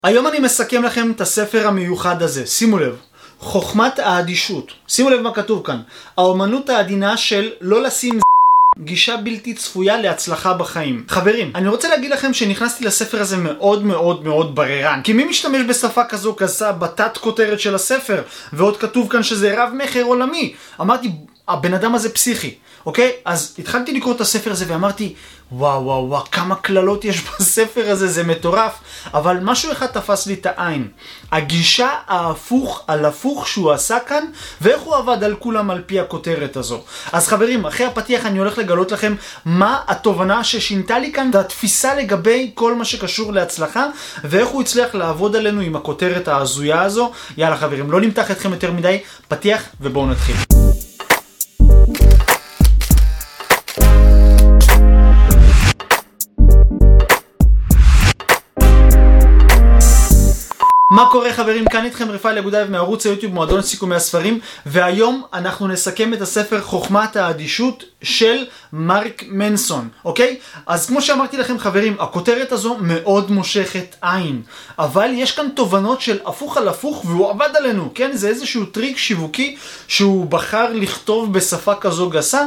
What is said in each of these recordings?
היום אני מסכם לכם את הספר המיוחד הזה. שימו לב, חוכמת האדישות. שימו לב מה כתוב כאן. האומנות העדינה של לא לשים גישה בלתי צפויה להצלחה בחיים. חברים, אני רוצה להגיד לכם שנכנסתי לספר הזה מאוד מאוד מאוד בררן. כי מי משתמש בשפה כזו כזה בתת כותרת של הספר? ועוד כתוב כאן שזה רב מחר עולמי. אמרתי, הבן אדם הזה פסיכי. אוקיי? אז התחלתי לקרוא את הספר הזה ואמרתי, וואו וואו וואו, כמה כללות יש בספר הזה, זה מטורף. אבל משהו אחד תפס לי את העין. הגישה ההפוך על הפוך שהוא עשה כאן, ואיך הוא עבד על כולם על פי הכותרת הזו. אז חברים, אחרי הפתיח אני הולך לגלות לכם מה התובנה ששינתה לי כאן, והתפיסה לגבי כל מה שקשור להצלחה, ואיך הוא הצליח לעבוד עלינו עם הכותרת ההזויה הזו. יאללה חברים, לא נמתח אתכם יותר מדי, פתיח ובואו נתחיל. מה קורה חברים? כאן איתכם רפאל יגודאייב מערוץ היוטיוב מועדון סיכומי הספרים, והיום אנחנו נסכם את הספר חוכמת האדישות של מרק מנסון, אוקיי? אז כמו שאמרתי לכם חברים, הכותרת הזו מאוד מושכת עין, אבל יש כאן תובנות של הפוך על הפוך והוא עבד עלינו, כן? זה איזשהו טריק שיווקי שהוא בחר לכתוב בשפה כזו גסה,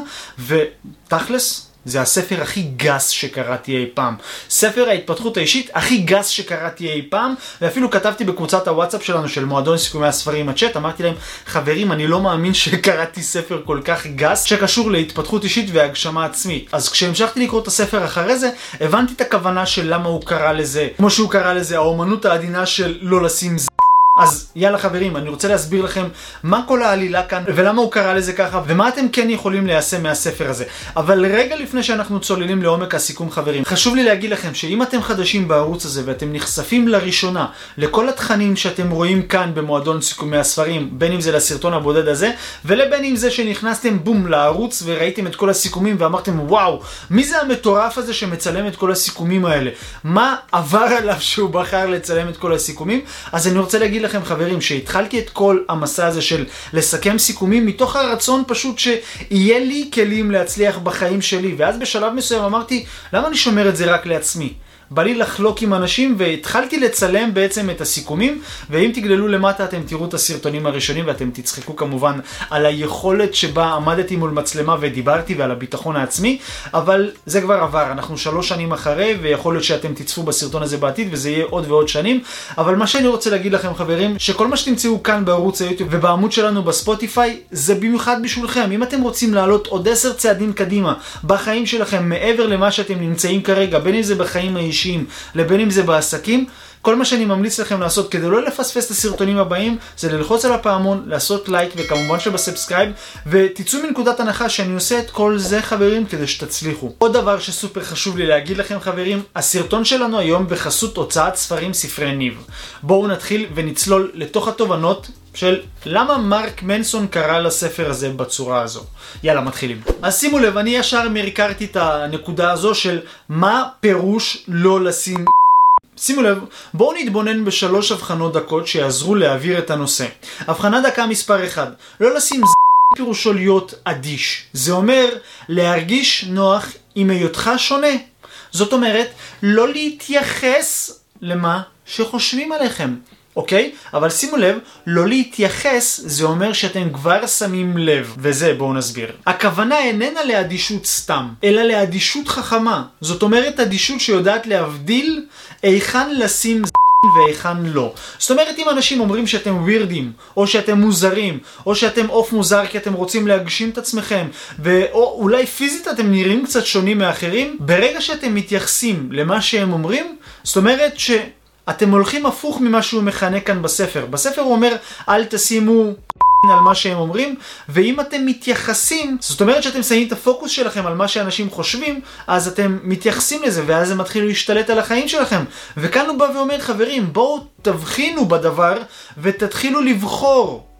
ותכלס זה הספר הכי גס שקראתי אי פעם. ספר ההתפתחות האישית הכי גס שקראתי אי פעם, ואפילו כתבתי בקבוצת הוואטסאפ שלנו של מועדון סיכומי הספרים הצ'אט, אמרתי להם, חברים, אני לא מאמין שקראתי ספר כל כך גס שקשור להתפתחות אישית והגשמה עצמית. אז כשהמשכתי לקרוא את הספר אחרי זה, הבנתי את הכוונה של למה הוא קרא לזה, כמו שהוא קרא לזה, האומנות העדינה של לא לשים אז יאללה חברים, אני רוצה להסביר לכם מה כל העלילה כאן ולמה הוא קרא לזה ככה ומה אתם כן יכולים ליישם מהספר הזה. אבל רגע לפני שאנחנו צוללים לעומק הסיכום חברים, חשוב לי להגיד לכם שאם אתם חדשים בערוץ הזה ואתם נחשפים לראשונה לכל התכנים שאתם רואים כאן במועדון סיכומי הספרים, בין אם זה לסרטון הבודד הזה ולבין אם זה שנכנסתם בום לערוץ וראיתם את כל הסיכומים ואמרתם וואו, מי זה המטורף הזה שמצלם את כל הסיכומים האלה? מה עבר עליו שהוא בחר לצלם את כל הסיכומים? אז אני רוצה להגיד לכם חברים שהתחלתי את כל המסע הזה של לסכם סיכומים מתוך הרצון פשוט שיהיה לי כלים להצליח בחיים שלי, ואז בשלב מסוים אמרתי למה אני שומר את זה רק לעצמי? בא לי לחלוק עם אנשים והתחלתי לצלם בעצם את הסיכומים, ואם תגללו למטה אתם תראו את הסרטונים הראשונים ואתם תצחקו כמובן על היכולת שבה עמדתי מול מצלמה ודיברתי ועל הביטחון העצמי, אבל זה כבר עבר, אנחנו 3 שנים אחרי ויכול להיות שאתם תצפו בסרטון הזה בעתיד וזה יהיה עוד ועוד שנים. אבל מה שאני רוצה להגיד לכם חברים, שכל מה שתמצאו כאן בערוץ היוטיוב ובעמוד שלנו בספוטיפיי זה במיוחד בשבילכם. אם אתם רוצים לעלות עוד 10 צעדים קדימה בחיים שלכם מעבר למה שאתם נמצאים כרגע, בין אם זה בחיים האישיים לבין אם זה בעסקים, כל מה שאני ממליץ לכם לעשות כדי לא לפספס את הסרטונים הבאים זה ללחוץ על הפעמון, לעשות לייק וכמובן שבסאבסקרייב, ותצאו מנקודת הנחה שאני עושה את כל זה חברים כדי שתצליחו. עוד דבר שסופר חשוב לי להגיד לכם חברים, הסרטון שלנו היום בחסות הוצאת ספרים ספרי ניב. בואו נתחיל ונצלול לתוך התובנות של למה מרק מנסון קרא לספר הזה בצורה הזו. יאללה, מתחילים. אז שימו לב, אני ישר מריקרתי את הנקודה הזו של מה פירוש לא לשים. שימו לב, בואו נתבונן ב3 הבחנות דקות שיעזרו להעביר את הנושא. הבחנה דקה מספר 1, לא לשים פירושו להיות אדיש. זה אומר להרגיש נוח עם היותך שונה. זאת אומרת, לא להתייחס למה שחושבים עליכם. אוקיי? אבל שימו לב, לא להתייחס זה אומר שאתם כבר שמים לב, וזה בואו נסביר. הכוונה איננה לאדישות סתם, אלא לאדישות חכמה. זאת אומרת אדישות שיודעת להבדיל היכן לשים והיכן לא. זאת אומרת אם אנשים אומרים שאתם ווירדים, או שאתם מוזרים, או שאתם אוף מוזר כי אתם רוצים להגשים את עצמכם, או אולי פיזית אתם נראים קצת שונים מאחרים, ברגע שאתם מתייחסים למה שהם אומרים, זאת אומרת אתם הולכים הפוך ממה שהוא מכנה כאן בספר. בספר הוא אומר, אל תשימו על מה שהם אומרים, ואם אתם מתייחסים, זאת אומרת שאתם שמים את הפוקוס שלכם על מה שאנשים חושבים, אז אתם מתייחסים לזה, ואז זה מתחיל להשתלט על החיים שלכם. וכאן הוא בא ואומר, חברים, בואו תבחינו בדבר, ותתחילו לבחור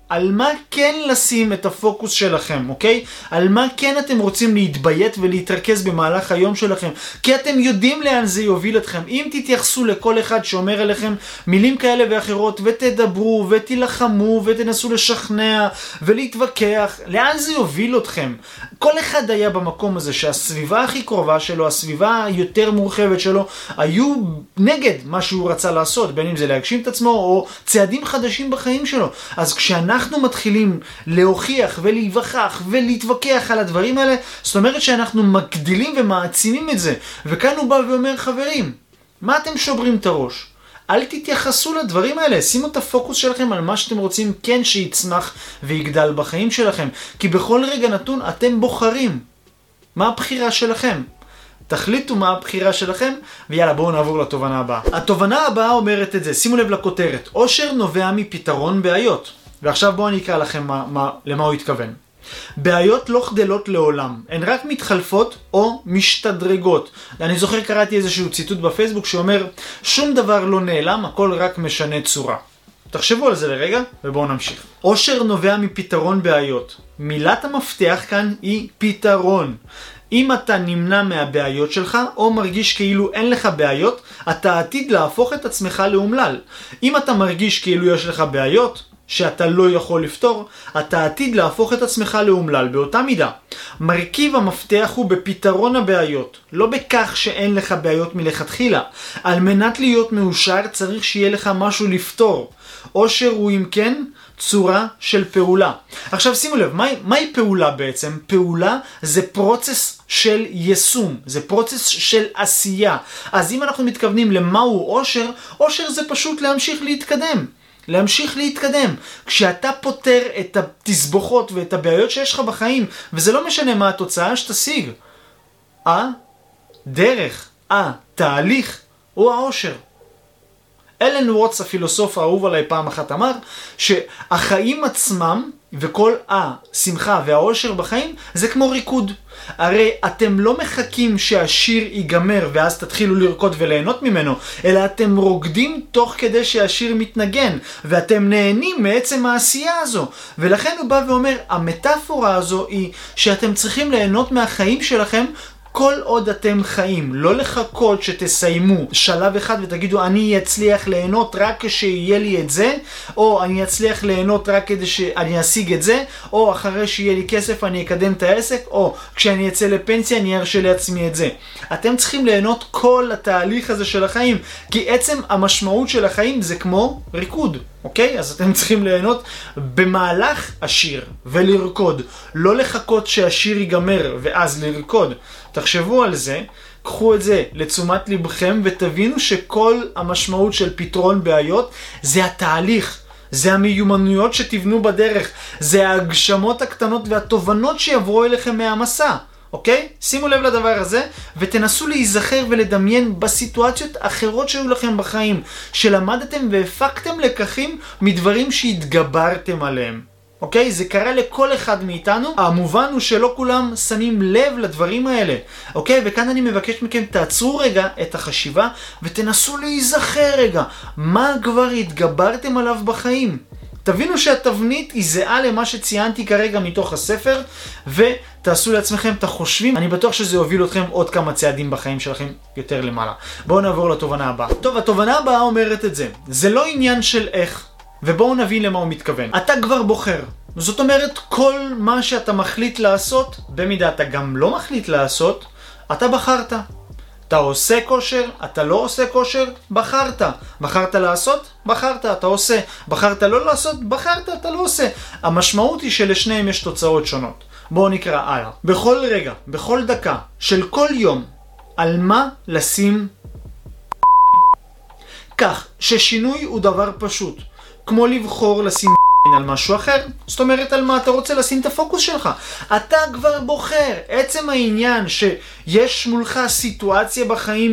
על מה כן לשים את הפוקוס שלכם, אוקיי? על מה כן אתם רוצים להתביית ולהתרכז במהלך היום שלכם, כי אתם יודעים לאן זה יוביל אתכם. אם תתייחסו לכל אחד שאומר עליכם מילים כאלה ואחרות, ותדברו ותילחמו ותנסו לשכנע ולהתווכח, לאן זה יוביל אתכם? כל אחד היה במקום הזה שהסביבה הכי קרובה שלו, הסביבה היותר מורחבת שלו, היו נגד מה שהוא רצה לעשות, בין אם זה להגשים את עצמו או צעדים חדשים בחיים שלו. אז כשאנחנו מתחילים להוכיח ולהיווכח ולהתווכח על הדברים האלה, זאת אומרת שאנחנו מגדילים ומעצימים את זה. וכאן הוא בא ואומר, חברים, מה אתם שוברים את הראש? אל תתייחסו לדברים האלה, שימו את הפוקוס שלכם על מה שאתם רוצים כן שיצמח ויגדל בחיים שלכם. כי בכל רגע נתון אתם בוחרים. מה הבחירה שלכם? תחליטו מה הבחירה שלכם, ויאללה בואו נעבור לתובנה הבאה. התובנה הבאה אומרת את זה, שימו לב לכותרת, עושר נובע מפתרון בעיות. ועכשיו בואו אני אקרא לכם למה הוא התכוון. בעיות לא גדלות לעולם, הן רק מתחלפות או משתדרגות. אני זוכר קראתי איזשהו ציטוט בפייסבוק שאומר, שום דבר לא נעלם, הכל רק משנה צורה. תחשבו על זה לרגע ובואו נמשיך. עושר נובע מפתרון בעיות. מילת המפתח כאן היא פתרון. אם אתה נמנע מהבעיות שלך או מרגיש כאילו אין לך בעיות, אתה עתיד להפוך את עצמך לאומלל. אם אתה מרגיש כאילו יש לך בעיות שאתה לא יכול לפתור, אתה עתיד להפוך את עצמך לאומלל באותה מידה. מרכיב המפתח הוא בפתרון הבעיות, לא בכך שאין לך בעיות מלכתחילה. על מנת להיות מאושר צריך שיהיה לך משהו לפתור. עושר הוא אם כן צורה של פעולה. עכשיו שימו לב, מהי פעולה בעצם? פעולה זה פרוצס של יישום, זה פרוצס של עשייה. אז אם אנחנו מתכוונים למהו עושר, עושר זה פשוט להמשיך להתקדם. להמשיך להתקדם. כשאתה פותר את התסבוכות ואת הבעיות שיש לך בחיים, וזה לא משנה מה התוצאה שתשיג, דרך, תהליך, הוא העושר. אלן ווטס, הפילוסוף האהוב עליי, פעם אחת אמר שהחיים עצמם וכל השמחה והעושר בחיים זה כמו ריקוד. הרי אתם לא מחכים שהשיר ייגמר ואז תתחילו לרקוד וליהנות ממנו, אלא אתם רוקדים תוך כדי שהשיר מתנגן, ואתם נהנים מעצם העשייה הזו. ולכן הוא בא ואומר, המטאפורה הזו היא שאתם צריכים ליהנות מהחיים שלכם כל עוד אתם חיים, לא לחכות שתסיימו שלב אחד ותגידו אני אצליח ליהנות רק כשיהיה לי את זה, או אני אצליח ליהנות רק כדי שאני אשיג את זה, או אחרי שיהיה לי כסף אני אקדם את העסק, או כשאני אצא לפנסיה אני ארשה לעצמי את זה. אתם צריכים ליהנות כל התהליך הזה של החיים, כי עצם המשמעות של החיים זה כמו ריקוד. אוקיי? אז אתם צריכים ליהנות במהלך השיר ולרקוד, לא לחכות שהשיר ייגמר ואז לרקוד. תחשבו על זה, קחו את זה לתשומת לבכם ותבינו שכל המשמעות של פתרון בעיות זה התהליך, זה המיומנויות שתבנו בדרך, זה ההגשמות הקטנות והתובנות שיעברו אליכם מהמסע. אוקיי? שימו לב לדבר הזה ותנסו להיזכר ולדמיין בסיטואציות אחרות שהיו לכם בחיים, שלמדתם והפקתם לקחים מדברים שהתגברתם עליהם. אוקיי? זה קרה לכל אחד מאיתנו. המובן הוא שלא כולם שמים לב לדברים האלה. אוקיי? וכאן אני מבקש מכם, תעצרו רגע את החשיבה ותנסו להיזכר רגע מה כבר התגברתם עליו בחיים. תבינו שהתבנית היא זהה למה שציינתי כרגע מתוך הספר, ותעשו לעצמכם את החושבים. אני בטוח שזה יוביל אתכם עוד כמה צעדים בחיים שלכם יותר למעלה. בואו נעבור לתובנה הבאה. טוב, התובנה הבאה אומרת את זה. זה לא עניין של איך, ובואו נבין למה הוא מתכוון. אתה כבר בוחר. זאת אומרת, כל מה שאתה מחליט לעשות, במידה אתה גם לא מחליט לעשות, אתה בחרת. אתה עושה כושר, אתה לא עושה כושר, בחרת. בחרת לעשות, בחרת, אתה עושה. בחרת לא לעשות, בחרת, אתה לא עושה. המשמעות היא שלשניהם יש תוצאות שונות. בואו נקרא הלאה. בכל רגע, בכל דקה, של כל יום, על מה לשים כך ששינוי הוא דבר פשוט. כמו לבחור לשים על משהו אחר, זאת אומרת על מה אתה רוצה לשים את הפוקוס שלך. אתה כבר בוחר. עצם העניין שיש מולך סיטואציה בחיים,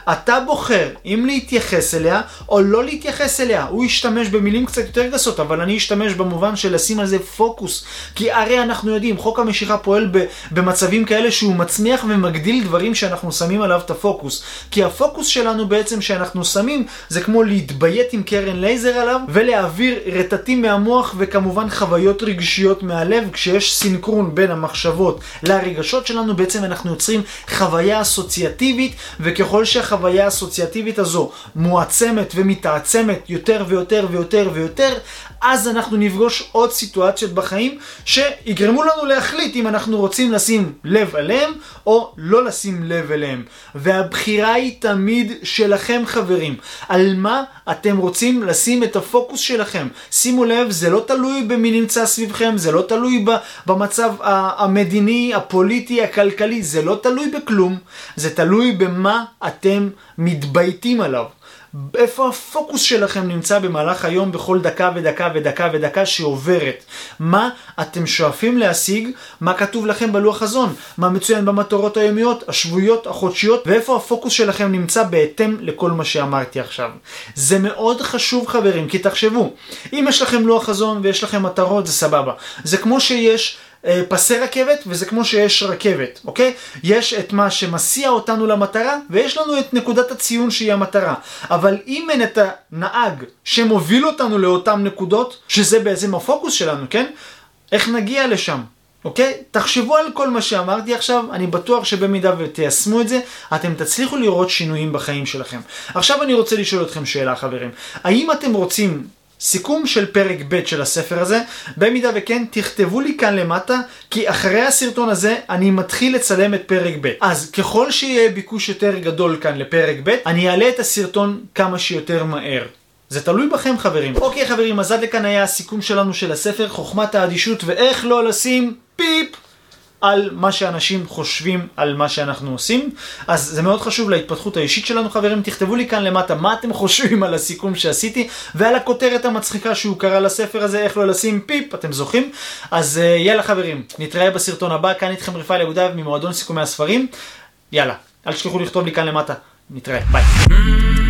אתה בוחר אם להתייחס אליה או לא להתייחס אליה. הוא ישתמש במילים קצת יותר גסות, אבל אני אשתמש במובן של לשים על זה פוקוס. כי הרי אנחנו יודעים, חוק המשיכה פועל במצבים כאלה שהוא מצמיח ומגדיל דברים שאנחנו שמים עליו את הפוקוס. כי הפוקוס שלנו בעצם שאנחנו שמים זה כמו להתביית עם קרן לייזר עליו ולהעביר רטטים מהמוח וכמובן חוויות רגשיות מהלב. כשיש סינכרון בין המחשבות לרגשות שלנו בעצם אנחנו יוצרים חוויה אסוציאטיבית, וככל שהחוויה האסוציאטיבית הזו מועצמת ומתעצמת יותר ויותר ויותר ויותר, אז אנחנו נפגוש עוד סיטואציות בחיים שיגרמו לנו להחליט אם אנחנו רוצים לשים לב אליהם או לא לשים לב אליהם. והבחירה היא תמיד שלכם חברים. על מה אתם רוצים לשים את הפוקוס שלכם. שימו לב, זה לא תלוי במי נמצא סביבכם, זה לא תלוי במצב המדיני, הפוליטי, הכלכלי, זה לא תלוי בכלום. זה תלוי במה אתם מתבייתים עליו. איפה הפוקוס שלכם נמצא במהלך היום בכל דקה ודקה ודקה ודקה שעוברת. מה אתם שואפים להשיג, מה כתוב לכם בלוח חזון, מה מצוין במטרות היומיות, השבועיות, החודשיות, ואיפה הפוקוס שלכם נמצא בהתאם לכל מה שאמרתי עכשיו. זה מאוד חשוב חברים, כי תחשבו, אם יש לכם לוח חזון ויש לכם מטרות זה סבבה. זה כמו שיש פסי רכבת וזה כמו שיש רכבת, אוקיי? יש את מה שמסיע אותנו למטרה ויש לנו את נקודת הציון שהיא המטרה. אבל אם אין את הנהג שמוביל אותנו לאותן נקודות, שזה בעצם הפוקוס שלנו, כן? איך נגיע לשם? אוקיי? תחשבו על כל מה שאמרתי עכשיו, אני בטוח שבמידה ותיישמו את זה, אתם תצליחו לראות שינויים בחיים שלכם. עכשיו אני רוצה לשאול אתכם שאלה חברים. האם אתם רוצים סיכום של פרק ב' של הספר הזה? במידה וכן, תכתבו לי כאן למטה, כי אחרי הסרטון הזה אני מתחיל לצלם את פרק ב'. אז ככל שיהיה ביקוש יותר גדול כאן לפרק ב', אני אעלה את הסרטון כמה שיותר מהר. זה תלוי בכם חברים. אוקיי חברים, אז עד לכאן היה הסיכום שלנו של הספר חוכמת האדישות ואיך לא לשים פיפ על מה שאנשים חושבים על מה שאנחנו עושים. אז זה מאוד חשוב להתפתחות האישית שלנו חברים. תכתבו לי כאן למטה מה אתם חושבים על הסיכום שעשיתי ועל הכותרת המצחיקה שהוא קרא לספר הזה, איך לא לשים פיפ, אתם זוכרים? אז יאללה חברים, נתראה בסרטון הבא. כאן איתכם רפאל יגודאייב ממועדון סיכומי הספרים. יאללה, אל תשכחו לכתוב לי כאן למטה. נתראה, ביי.